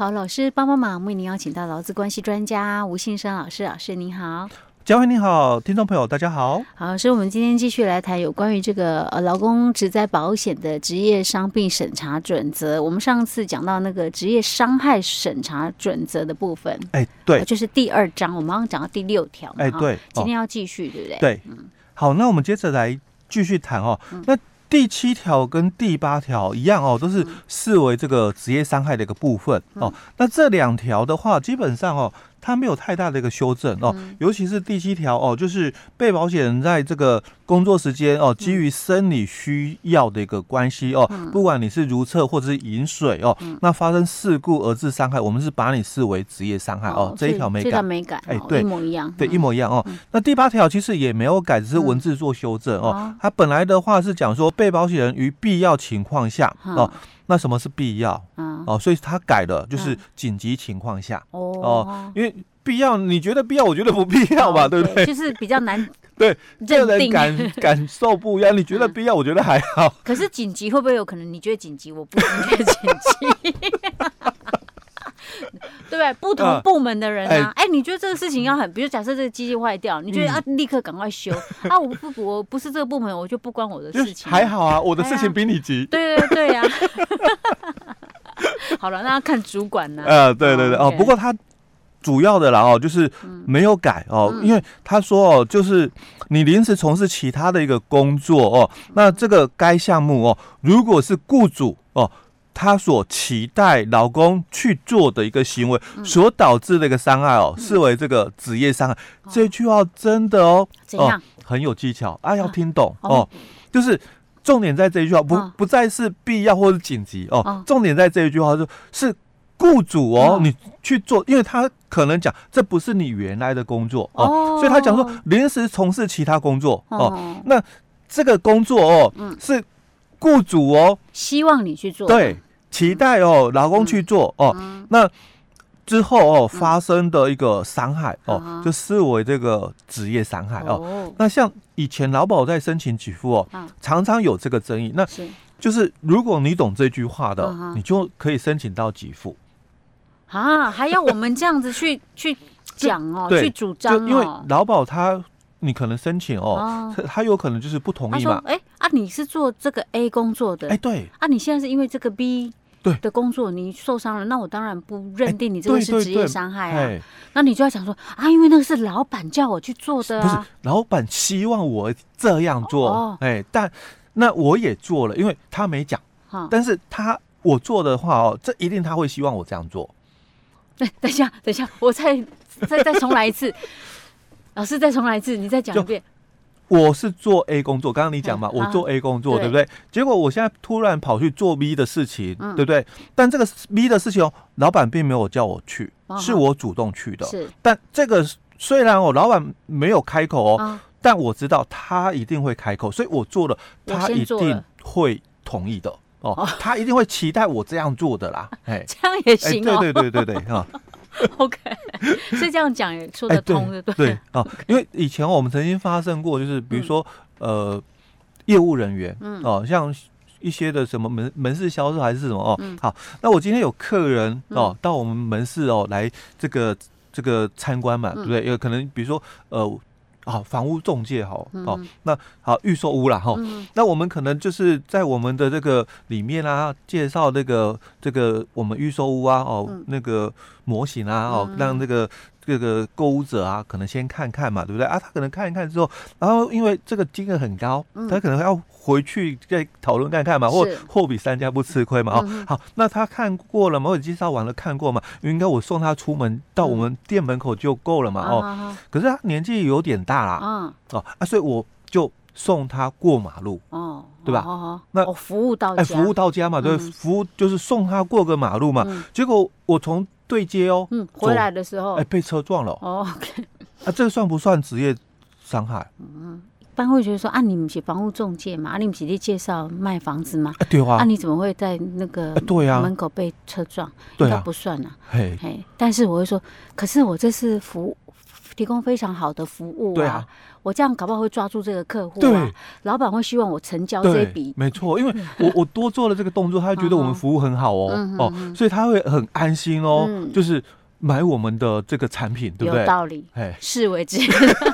好，老师帮忙，为您邀请到劳资关系专家吴信生老师。老师您好。 嘉惠你好，听众朋友大家好。 好，所以我们今天继续来谈有关于这个劳工职灾保险的职业伤病审查准则。我们上次讲到那个职业伤害审查准则的部分， 对， 就是第2章，我们刚刚讲到第6条嘛， 对， 今天要继续，对不对？ 对，好，那我们接着来继续谈那第7条跟第8条一样都是视为这个职业伤害的一个部分那这2条的话，基本上它没有太大的一个修正尤其是第7条就是被保险人在这个工作时间基于生理需要的一个关系不管你是如厕或者是饮水那发生事故而致伤害，我们是把你视为职业伤害这一条没改， 这条没改， 对， 一模一样， 对，一模一样那第8条其实也没有改，只是文字做修正它本来的话是讲说被保险人于必要情况下那什么是必要所以他改了，就是紧急情况下因为必要你觉得必要，我觉得不必要吧，对不对？ 就是比较难对，这个人感受不一样，你觉得必要，我觉得还好。 可是紧急会不会有可能？你觉得紧急，我不觉得紧急，对不对？不同部门的人你觉得这个事情要很，比如假设这个机器坏掉，你觉得立刻赶快修我不是这个部门，我就不关我的事情， 还好啊，我的事情比你急。 对呀。好了，那要看主管呢。 对不过他主要的啦就是没有改因为他说就是你临时从事其他的一个工作那这个该项目如果是雇主他所期待劳工去做的一个行为所导致的一个伤害视为这个职业伤害。这句话真的怎样很有技巧要听懂就是重点在这一句话，不再是必要或是紧急重点在这一句话是雇主你去做，因为他可能讲这不是你原来的工作所以他讲说临时从事其他工作那这个工作是雇主希望你去做， 对，期待劳工去做那之后发生的一个伤害就视为这个职业伤害那像以前劳保在申请给付常常有这个争议，那就是如果你懂这句话的你就可以申请到给付还要我们这样子去讲去主张因为劳保你可能申请他有可能就是不同意嘛。 你是做这个 A 工作的对你现在是因为这个 B 的工作你受伤了，那我当然不认定你这个是职业伤害那你就要想说因为那个是老板叫我去做的不是老板希望我这样做但那我也做了，因为他没讲但是我做的话这一定他会希望我这样做。 等一下，我再重来一次。老师再重来一次，你再讲一遍。 我是做 A 工作，刚刚你讲嘛我做 A 工作对不对？结果我现在突然跑去做 B 的事情对不对？但这个 B 的事情老板并没有叫我去是我主动去的但这个虽然老板没有开口但我知道他一定会开口，所以我做了他一定会同意的他一定会期待我这样做的啦这样也行对 OK， 所以这样讲也说得通的， 对因为以前我们曾经发生过，就是比如说业务人员像一些的什么门市销售还是什么好，那我今天有客人到我们门市来这个参观嘛，对不对？有可能比如说房屋中介那好预售屋啦那我们可能就是在我们的这个里面介绍这个我们预售屋那个模型让这个购物者可能先看看嘛，对不对他可能看一看之后，然后因为这个金额很高他可能要回去再讨论看看嘛，或货比三家不吃亏嘛好，那他看过了嘛，或者介绍完了看过嘛，应该我送他出门到我们店门口就够了嘛可是他年纪有点大啦所以我就送他过马路对吧那服务到家服务到家嘛对服务就是送他过个马路嘛结果我从对接回来的时候被车撞了 OK 这个算不算职业伤害一般会觉得说你们是房屋中介嘛你们是介绍卖房子吗对你怎么会在那个门口被车撞应该不算啊但是我会说可是我这是服提供非常好的服务对啊， 我这样搞不好会抓住这个客户对， 老板会希望我成交这一笔， 没错，因为我多做了这个动作，他觉得我们服务很好所以他会很安心就是买我们的这个产品，对不对？ 有道理，视为之。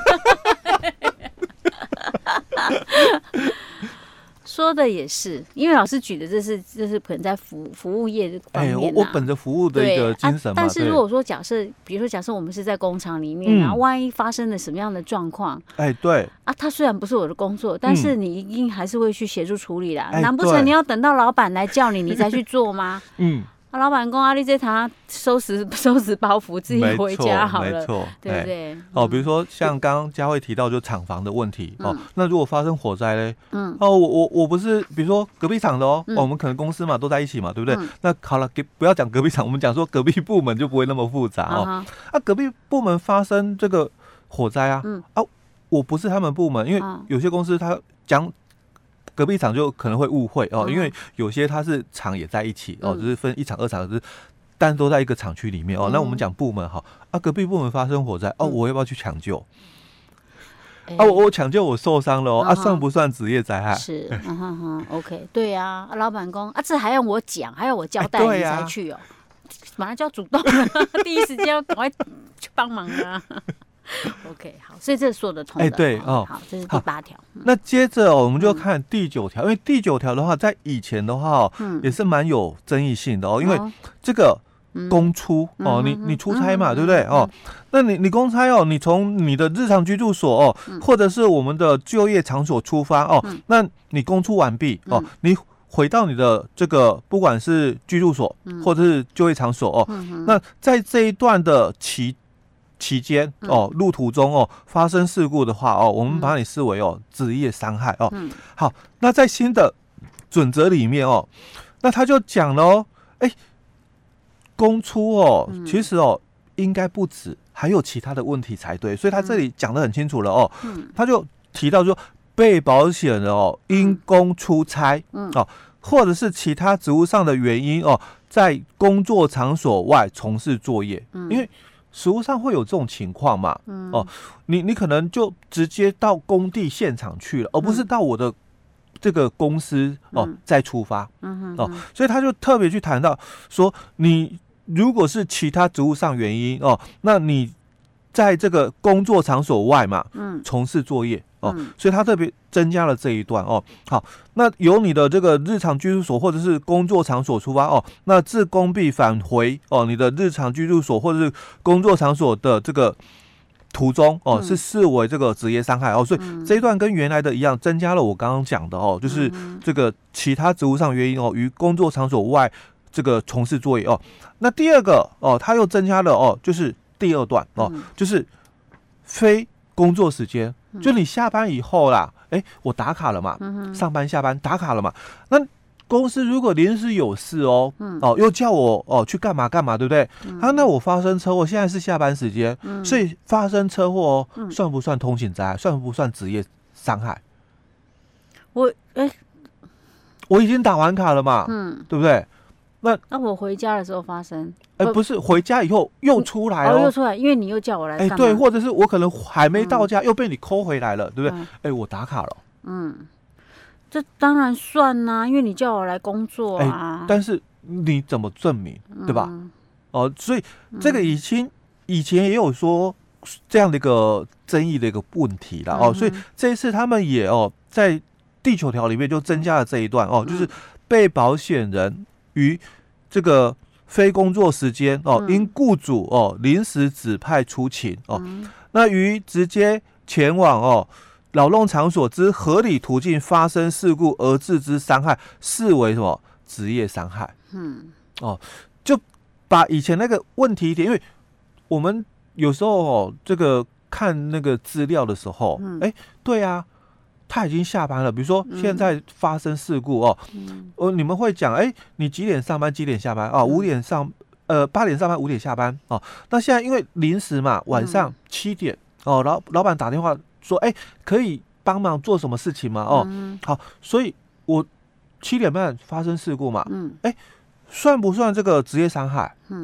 说的也是，因为老师举的这是可能在服务业的方面我本着服务的一个精神嘛。 但是如果说比如说假设我们是在工厂里面，然后万一发生了什么样的状况， 对啊，它虽然不是我的工作，但是你一定还是会去协助处理啦。难不对成你要等到老板来叫你才去做吗？老板说：“你这堂收拾包袱，自己回家好了， 没错， 对不对？ 比如说像刚刚佳慧提到就厂房的问题那如果发生火灾嘞，我不是比如说隔壁厂的我们可能公司嘛都在一起嘛，对不对？那好了，不要讲隔壁厂，我们讲说隔壁部门就不会那么复杂隔壁部门发生这个火灾我不是他们部门，因为有些公司他讲。隔壁厂就可能会误会因为有些它是厂也在一起只是分一厂二厂，但都在一个厂区里面那我们讲部门隔壁部门发生火灾我要不要去抢救？我抢救我受伤了算不算职业灾害？ 是，OK， 对啊，老板说这还要我讲，还要我交代你才去马上就要主动了，第一时间要赶快去帮忙啊。OK， 好，所以这说得通的。 对好，这是第8条。 那接着我们就看第9条，因为第9条的话，在以前的话也是蛮有争议性的因为这个公出你出差嘛，对不对那你公差你从你的日常居住所或者是我们的就业场所出发那你公出完毕你回到你的这个不管是居住所或者是就业场所那在这一段的期间路途中发生事故的话我们把你视为职业伤害好，那在新的准则里面那他就讲了公出其实应该不止，还有其他的问题才对，所以他这里讲得很清楚了他就提到说被保险人因公出差或者是其他职务上的原因在工作场所外从事作业，因为实务上会有这种情况嘛你可能就直接到工地现场去了，而不是到我的这个公司再出发所以他就特别去谈到说，你如果是其他职务上原因那你在这个工作场所外嘛从事作业所以他特别增加了这一段好，那由你的这个日常居住所或者是工作场所出发那自工地返回你的日常居住所或者是工作场所的这个途中是视为这个职业伤害所以这一段跟原来的一样，增加了我刚刚讲的就是这个其他职务上原因于工作场所外这个从事作业那第二个他又增加了就是第2段就是非工作时间，就你下班以后啦我打卡了嘛上班下班打卡了嘛，那公司如果临时有事又叫我去干嘛干嘛，对不对那我发生车祸，现在是下班时间所以发生车祸算不算通勤灾害，算不算职业伤害？我已经打完卡了嘛对不对？ 那我回家的时候发生不是回家以后又出来又出来，因为你又叫我来干嘛对，或者是我可能还没到家又被你扣回来了，对不对我打卡了这当然算因为你叫我来工作但是你怎么证明对吧所以这个以前也有说这样的一个争议的一个问题啦所以这一次他们也在第9条里面就增加了这一段就是被保险人于这个非工作时间因雇主临时指派出勤那于直接前往劳动场所之合理途径发生事故而致之伤害，视为什么职业伤害就把以前那个问题点，因为我们有时候这个看那个资料的时候对啊，他已经下班了，比如说现在发生事故你们会讲你几点上班几点下班8点上班5点下班那现在因为临时嘛晚上7点老板打电话说可以帮忙做什么事情吗好，所以我7点半发生事故嘛算不算这个职业伤害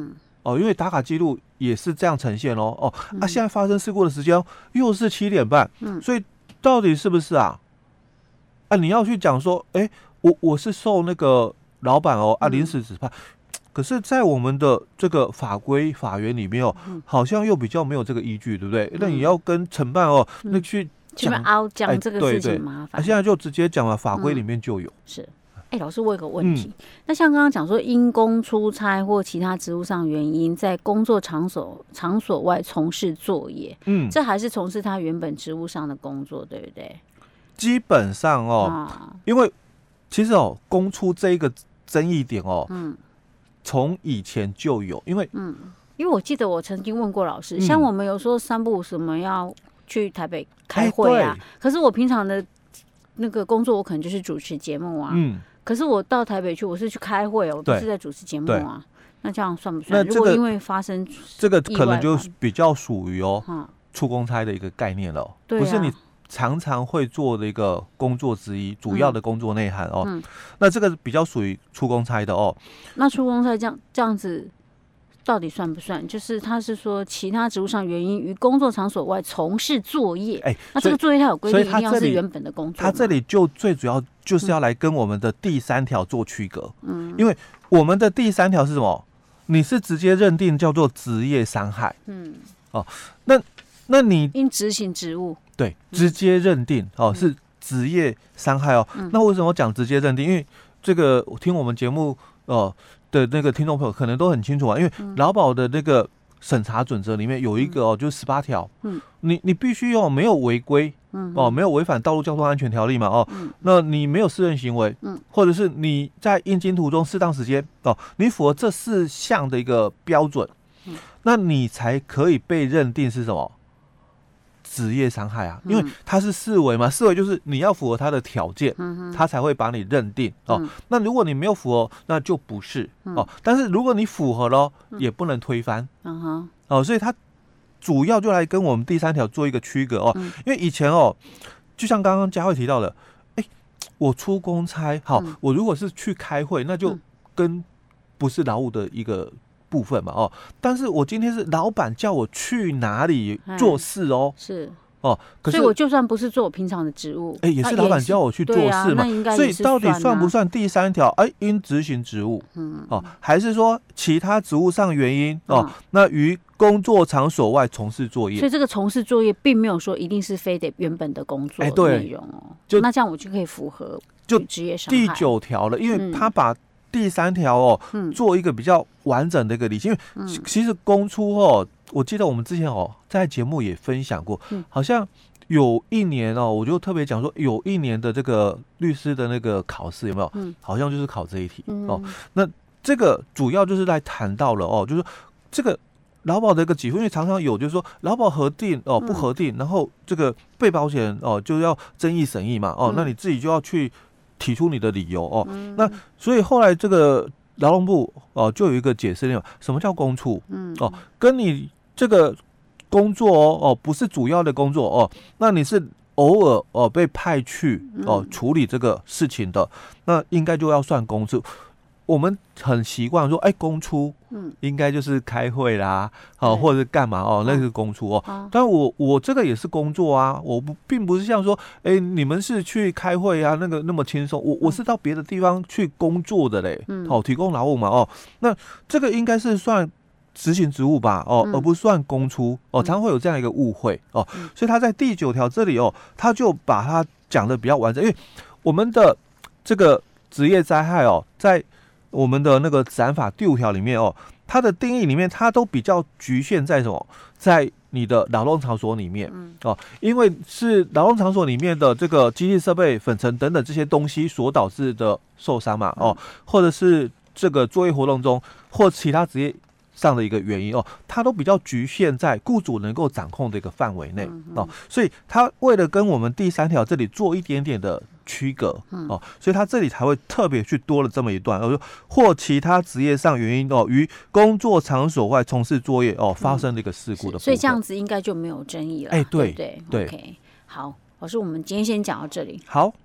哦，因为打卡记录也是这样呈现哦。现在发生事故的时间又是7点半，所以到底是不是啊？你要去讲说，我是受那个老板临时指派，可是，在我们的这个法规法源里面好像又比较没有这个依据，对不对？那你要跟承办那去讲这个事情麻烦。 现在就直接讲了，法规里面就有。 是。老师，我有个问题，那像刚刚讲说，因公出差或其他职务上原因，在工作场所外从事作业，这还是从事他原本职务上的工作，对不对？ 基本上因为其实公出这一个争议点从以前就有，因为我记得我曾经问过老师，像我们有说3不5什么要去台北开会啊，可是我平常的那个工作，我可能就是主持节目啊，可是我到台北去，我是去开会我不是在主持节目啊，那这样算不算？如果因为发生这个可能就比较属于出公差的一个概念了，不是你常常会做的一个工作之一，主要的工作内涵那这个比较属于出公差的那出公差这样子到底算不算？就是他是说其他职务上原因于工作场所外从事作业，那这个作业他有规定一定要是原本的工作， 他这里就最主要就是要来跟我们的第3条做区隔，因为我们的第3条是什么？你是直接认定叫做职业伤害，那你因执行职务， 对，直接认定是职业伤害那为什么讲直接认定？因为这个听我们节目的那个听众朋友可能都很清楚因为劳保的那个审查准则里面有一个就是18条，你必须没有违规，没有违反道路交通安全条例嘛那你没有私人行为，或者是你在应经途中适当时间你符合这4项的一个标准，那你才可以被认定是什么？职业伤害啊，因为它是4维嘛，4维就是你要符合它的条件，它才会把你认定那如果你没有符合，那就不是但是如果你符合了，也不能推翻所以它主要就来跟我们第3条做一个区隔因为以前就像刚刚佳慧提到的，我出公差我如果是去开会，那就跟不是劳务的一个部分嘛但是我今天是老板叫我去哪里做事是可是所以我就算不是做我平常的职务， 也是老板叫我去做事嘛，所以到底算不算第3条？因执行职务还是说其他职务上原因那于工作场所外从事作业？ 所以这个从事作业并没有说一定是非得原本的工作内容那这样我就可以符合职业伤害第9条了，因为他把第3条做一个比较完整的一个理清，因为其实公出我记得我们之前在节目也分享过，好像有一年我就特别讲说，有一年的这个律师的那个考试有没有？好像就是考这一题那这个主要就是来谈到了就是这个劳保的一个给付，因为常常有就是说劳保核定不核定，然后这个被保险就要争议审议嘛那你自己就要去提出你的理由那所以后来这个劳动部就有一个解释什么叫公处跟你这个工作不是主要的工作那你是偶尔被派去处理这个事情的，那应该就要算公处。我们很习惯说公出应该就是开会啦或者是干嘛那是公出但我这个也是工作啊，我并不是像说你们是去开会啊那个那么轻松，我是到别的地方去工作的嘞提供劳务嘛那这个应该是算执行职务吧而不算公出常常会有这样一个误会所以他在第9条这里他就把它讲的比较完整，因为我们的这个职业灾害在我们的那个治安法第5条里面它的定义里面，它都比较局限在什么？在你的劳动场所里面因为是劳动场所里面的这个机器设备、粉尘等等这些东西所导致的受伤嘛或者是这个作业活动中或其他职业上的一个原因它都比较局限在雇主能够掌控的一个范围内所以它为了跟我们第3条这里做一点点的区隔所以他这里才会特别去多了这么一段或其他职业上原因于工作场所外从事作业发生的一个事故的部分， 所以这样子应该就没有争议了对对 OK 好，老师我们今天先讲到这里。 好。